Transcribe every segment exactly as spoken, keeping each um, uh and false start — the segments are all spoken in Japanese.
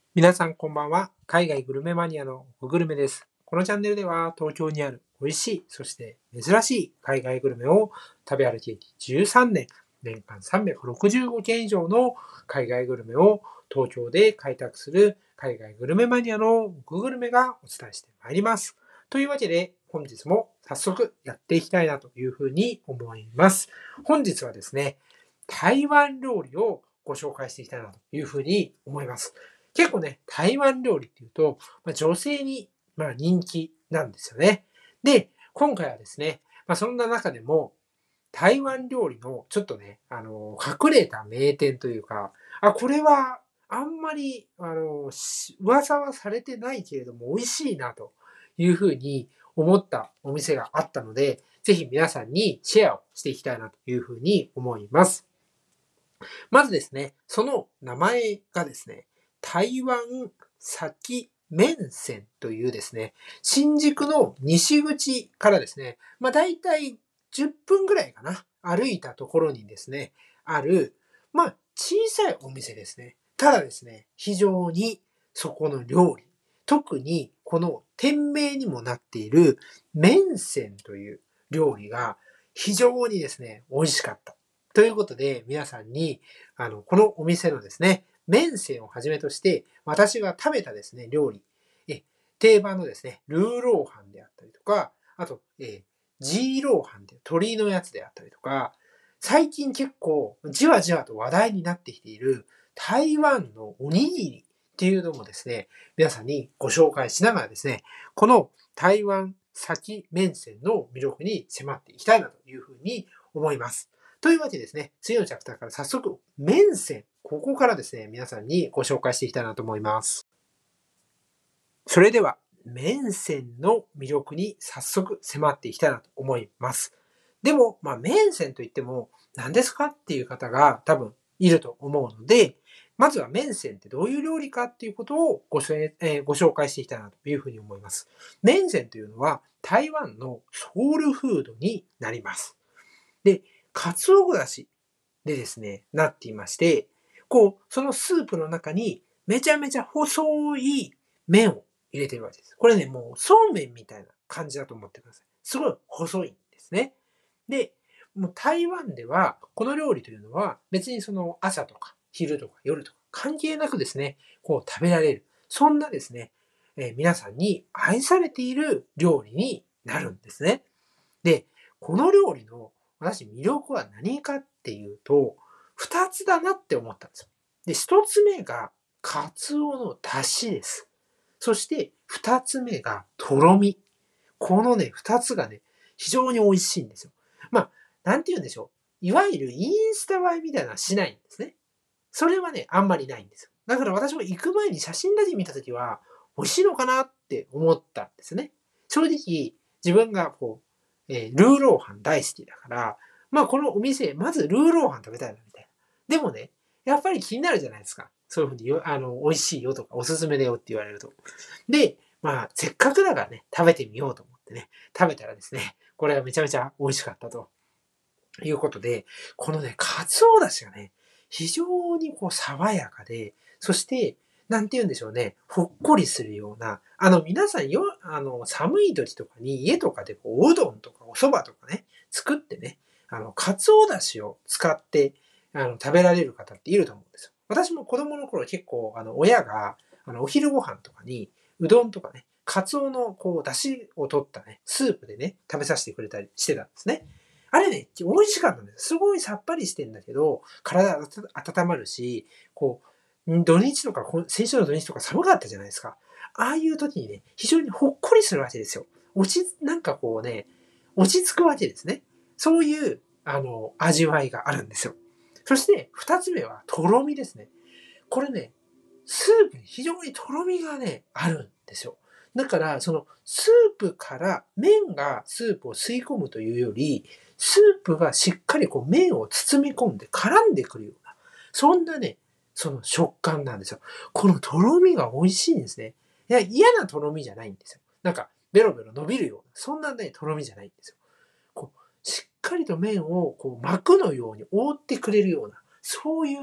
皆さんこんばんは。海外グルメマニアのググルメです。このチャンネルでは東京にある美味しい、そして珍しい海外グルメを食べ歩き歴じゅうさんねん、年間さんびゃくろくじゅうごけん以上の海外グルメを東京で開拓する海外グルメマニアのググルメがお伝えしてまいります。というわけで本日も早速やっていきたいなというふうに思います。本日はですね、台湾料理をご紹介していきたいなというふうに思います。結構ね、台湾料理っていうと、まあ、女性に、まあ、人気なんですよね。で、今回はですね、まあ、そんな中でも、台湾料理のちょっとね、あの、隠れた名店というか、あ、これはあんまり、あの、噂はされてないけれども美味しいなというふうに思ったお店があったので、ぜひ皆さんにシェアをしていきたいなというふうに思います。まずですね、その名前がですね、台湾先麺線というですね、新宿の西口からですね、まあ大体じゅっぷんぐらいかな、歩いたところにですね、ある、まあ小さいお店ですね。ただですね、非常にそこの料理、特にこの店名にもなっている麺線という料理が非常にですね、美味しかった。ということで、皆さんに、あの、このお店のですね、麺線をはじめとして、私が食べたですね、料理、え、定番のですね、ルーローハンであったりとか、あと、えー、ジーローハンっていう鶏のやつであったりとか、最近結構じわじわと話題になってきている台湾のおにぎりっていうのもですね、皆さんにご紹介しながらですね、この台湾先麺線の魅力に迫っていきたいなというふうに思います。というわけでですね、次のチャプターから早速、麺線。ここからですね、皆さんにご紹介していきたいなと思います。それでは、麺線の魅力に早速迫っていきたいなと思います。でも、まあ、麺線といっても、何ですかっていう方が多分いると思うので、まずは麺線ってどういう料理かっていうことをご,、えー、ご紹介していきたいなというふうに思います。麺線というのは台湾のソウルフードになります。で、鰹だしでですね、なっていまして、こう、そのスープの中にめちゃめちゃ細い麺を入れてるわけです。これね、もうそうめんみたいな感じだと思ってください。すごい細いんですね。で、もう台湾では、この料理というのは別にその朝とか昼とか夜とか関係なくですね、こう食べられる。そんなですね、えー皆さんに愛されている料理になるんですね。で、この料理の私魅力は何かっていうと、二つだなって思ったんですよ。で、一つ目が、カツオの出汁です。そして、二つ目が、とろみ。このね、二つがね、非常に美味しいんですよ。まあ、なんて言うんでしょう。いわゆるインスタ映えみたいなのはしないんですね。それはね、あんまりないんですよ。だから私も行く前に写真だけ見たときは、美味しいのかなって思ったんですね。正直、自分がこう、えールーローハン大好きだから、まあこのお店、まずルーローハン食べたいな、みたいな。でもね、やっぱり気になるじゃないですか。そういうふうによ、あの、美味しいよとか、おすすめだよって言われると。で、まあ、せっかくだからね、食べてみようと思ってね、食べたらですね、これがめちゃめちゃ美味しかったということで、このね、鰹だしがね、非常にこう爽やかで、そして、なんて言うんでしょうね、ほっこりするような、あの、皆さんよ、あの、寒い時とかに家とかでこう、おうどんとかお蕎麦とかね、作ってね、あの、鰹だしを使って、あの、食べられる方っていると思うんですよ。私も子供の頃結構、あの、親が、あの、お昼ご飯とかに、うどんとかね、鰹のこう、出汁を取ったね、スープでね、食べさせてくれたりしてたんですね。あれね、美味しかったんです。すごいさっぱりしてんだけど、体温まるし、こう、土日とか、先週の土日とか寒かったじゃないですか。ああいう時にね、非常にほっこりするわけですよ。落ち、なんかこうね、落ち着くわけですね。そういう、あの、味わいがあるんですよ。そして、二つ目は、とろみですね。これね、スープに非常にとろみがね、あるんですよ。だから、そのスープから麺がスープを吸い込むというより、スープがしっかりこう麺を包み込んで絡んでくるような、そんなね、その食感なんですよ。このとろみが美味しいんですね。いや、嫌なとろみじゃないんですよ。なんか、ベロベロ伸びるような、そんなね、とろみじゃないんですよ。こう、しっかりと麺をこう膜のように覆ってくれるような、そういうね、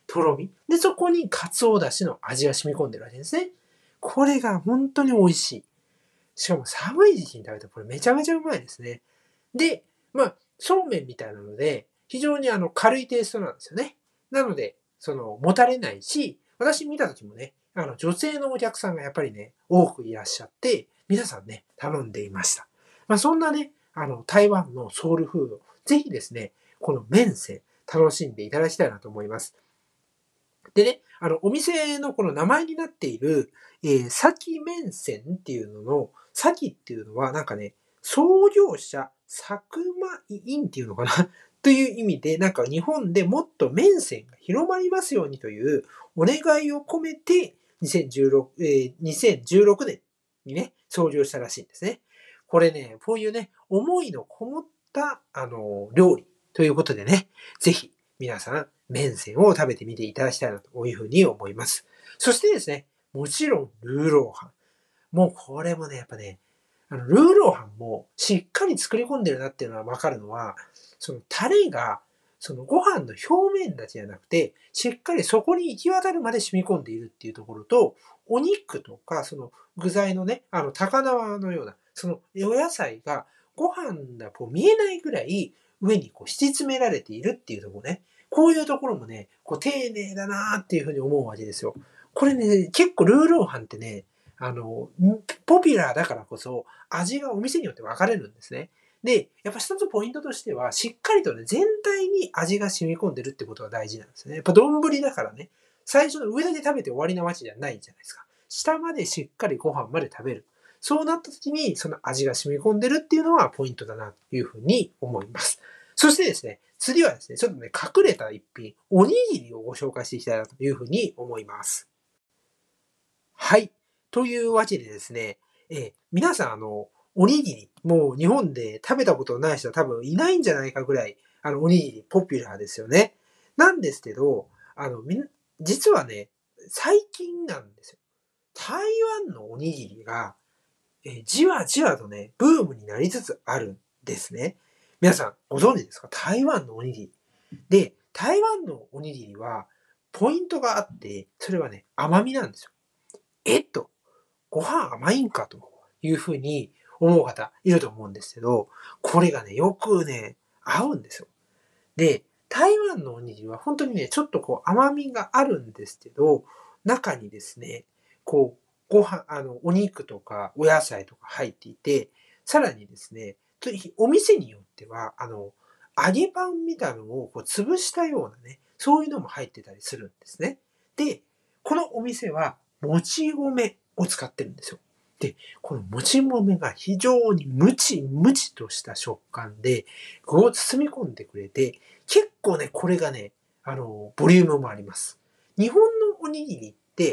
とろみ。で、そこに鰹だしの味が染み込んでるわけですね。これが本当に美味しい。しかも寒い時期に食べたらこれめちゃめちゃうまいですね。で、まあ、そうめんみたいなので、非常にあの軽いテイストなんですよね。なので、その、もたれないし、私見た時もね、あの、女性のお客さんがやっぱりね、多くいらっしゃって、皆さんね、頼んでいました。まあ、そんなね、あの、台湾のソウルフード、ぜひですね、この麺線、楽しんでいただきたいなと思います。でね、あの、お店のこの名前になっている、えー、先麺線っていうのの、先っていうのはなんかね、創業者、佐久間委員っていうのかなという意味で、なんか日本でもっと麺線が広まりますようにというお願いを込めて、にせんじゅうろく、えー、にせんじゅうろくねんにね、創業したらしいんですね。これね、こういうね、思いのこもった、あの、料理ということでね、ぜひ皆さん、麺線を食べてみていただきたいなというふうに思います。そしてですね、もちろん、ルーローハン。もうこれもね、やっぱね、あの、ルーローハンもしっかり作り込んでるなっていうのはわかるのは、そのタレが、そのご飯の表面だけじゃなくて、しっかりそこに行き渡るまで染み込んでいるっていうところと、お肉とか、その具材のね、あの、高輪のような、そのお野菜がご飯がこう見えないぐらい上にこう敷き詰められているっていうところね。こういうところもね、こう丁寧だなーっていうふうに思うわけですよ。これね、結構ルーローハンってね、あの、ポピュラーだからこそ、味がお店によって分かれるんですね。で、やっぱ一つポイントとしては、しっかりとね、全体に味が染み込んでるってことが大事なんですね。やっぱ丼だからね、最初の上だけ食べて終わりなわけじゃないじゃないですか。下までしっかりご飯まで食べる。そうなった時に、その味が染み込んでるっていうのはポイントだなというふうに思います。そしてですね、次はですね、ちょっとね、隠れた一品、おにぎりをご紹介していきたいなというふうに思います。はい。というわけでですね、えー皆さん、あの、おにぎり、もう日本で食べたことない人は多分いないんじゃないかぐらい、あの、おにぎりポピュラーですよね。なんですけど、あの、みん、実はね、最近なんですよ。台湾のおにぎりが、えーじわじわとね、ブームになりつつあるんですね。皆さん、ご存知ですか？台湾のおにぎり。で、台湾のおにぎりは、ポイントがあって、それはね、甘みなんですよ。えっと、ご飯甘いんかというふうに思う方いると思うんですけど、これがね、よくね、合うんですよ。で、台湾のおにぎりは本当にね、ちょっとこう甘みがあるんですけど、中にですね、こう、ご飯、あの、お肉とかお野菜とか入っていて、さらにですね、お店によっては、あの、揚げパンみたいなのをこう潰したようなね、そういうのも入ってたりするんですね。で、このお店は、もち米を使ってるんですよ。で、このもち米が非常にムチムチとした食感で、具を包み込んでくれて、結構ね、これがね、あの、ボリュームもあります。日本のおにぎりって、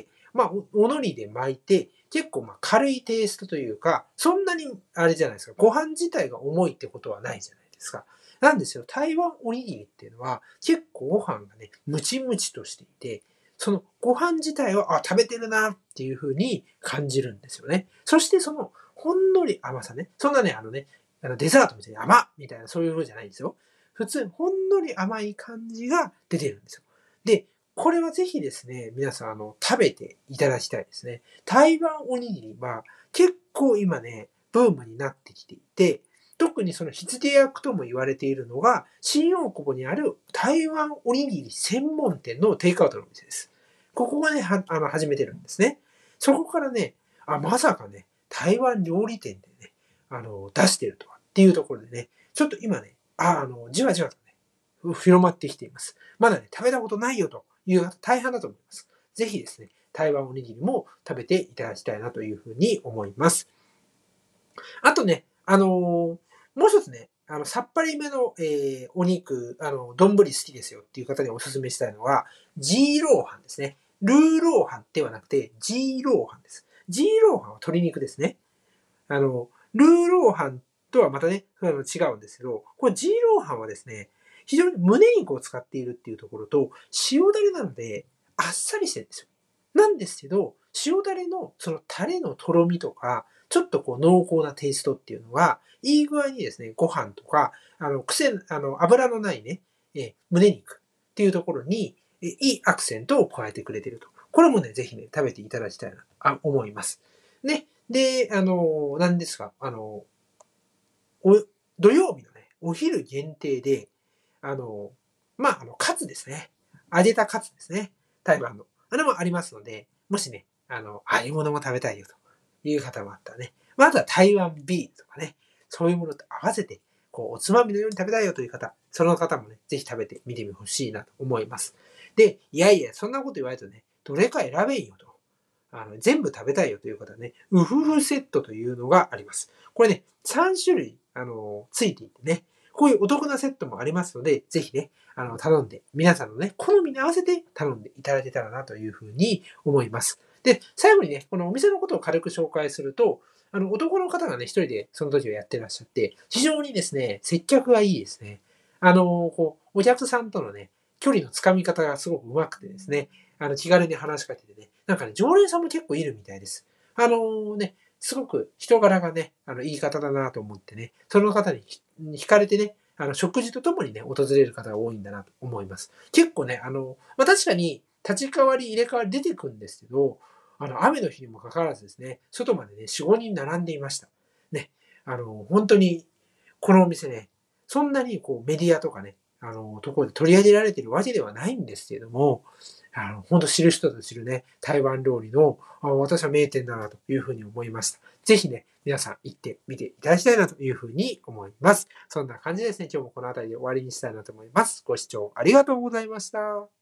まあ、おお海苔で巻いて、結構まあ軽いテイストというか、そんなにあれじゃないですか、ご飯自体が重いってことはないじゃないですか。なんですよ、台湾おにぎりっていうのは、結構ご飯がね、ムチムチとしていて、そのご飯自体は、あ、食べてるなっていう風に感じるんですよね。そしてその、ほんのり甘さね。そんなね、あのね、あのデザートみたいに甘っみたいなそういう風じゃないんですよ。普通、ほんのり甘い感じが出てるんですよ。で、これはぜひですね、皆さん、あの、食べていただきたいですね。台湾おにぎりは結構今ね、ブームになってきていて、特にその火付け役とも言われているのが、新大久保にある台湾おにぎり専門店のテイクアウトのお店です。ここがね、は、あの、始めてるんですね。そこからね、あ、まさかね、台湾料理店でね、あの、出してるとはっていうところでね、ちょっと今ね、あ、あの、じわじわとね、広まってきています。まだね、食べたことないよという方大半だと思います。ぜひですね、台湾おにぎりも食べていただきたいなというふうに思います。あとね、あのーもう一つね、あの、さっぱりめの、えーお肉、あの、丼好きですよっていう方にお勧めしたいのは、ジーローハンですね。ルーローハンではなくて、ジーローハンです。ジーローハンは鶏肉ですね。あの、ルーローハンとはまたね、あの違うんですけど、これジーローハンはですね、非常に胸肉を使っているっていうところと、塩だれなので、あっさりしてるんですよ。なんですけど、塩だれのそのタレのとろみとか、ちょっとこう濃厚なテイストっていうのが、いい具合にですね、ご飯とか、あの、癖、あの、油のないね、え胸肉っていうところに、 えいいアクセントを加えてくれていると。これもね、ぜひね、食べていただきたいな、あ、思います。ね。で、あの、何ですか、あの、お、土曜日のね、お昼限定で、あの、まあ、あの、カツですね。揚げたカツですね。台湾の。あれもありますので、もしね、あの、揚げ物も食べたいよという方もあったらね、まずは台湾ビールとかね、そういうものと合わせて、こう、おつまみのように食べたいよという方、その方もね、ぜひ食べてみてほしいなと思います。で、いやいや、そんなこと言われるとね、どれか選べんよと。あの、全部食べたいよという方はね、ウフフセットというのがあります。これね、さん種類、あの、ついていてね、こういうお得なセットもありますので、ぜひね、あの、頼んで、皆さんのね、好みに合わせて頼んでいただけたらなというふうに思います。で、最後にね、このお店のことを軽く紹介すると、あの、男の方がね、一人でその時はやってらっしゃって、非常にですね、接客がいいですね。あの、こう、お客さんとのね、距離のつかみ方がすごく上手くてですね、あの、気軽に話しかけてね、なんかね、常連さんも結構いるみたいです。あのね、すごく人柄がね、あの、いい方だなと思ってね、その方に惹かれてね、あの、食事とともにね、訪れる方が多いんだなと思います。結構ね、あの、まあ、確かに、立ち代わり、入れ替わり出てくるんですけど、あの、雨の日にもかかわらずですね、外までね、よん、ごにん並んでいました。ね、あの、本当に、このお店ね、そんなにこうメディアとかね、あの、ところで取り上げられているわけではないんですけれども、あの、本当知る人ぞ知るね、台湾料理の、あ、私は名店だなというふうに思いました。ぜひね、皆さん行ってみていただきたいなというふうに思います。そんな感じでですね、今日もこの辺りで終わりにしたいなと思います。ご視聴ありがとうございました。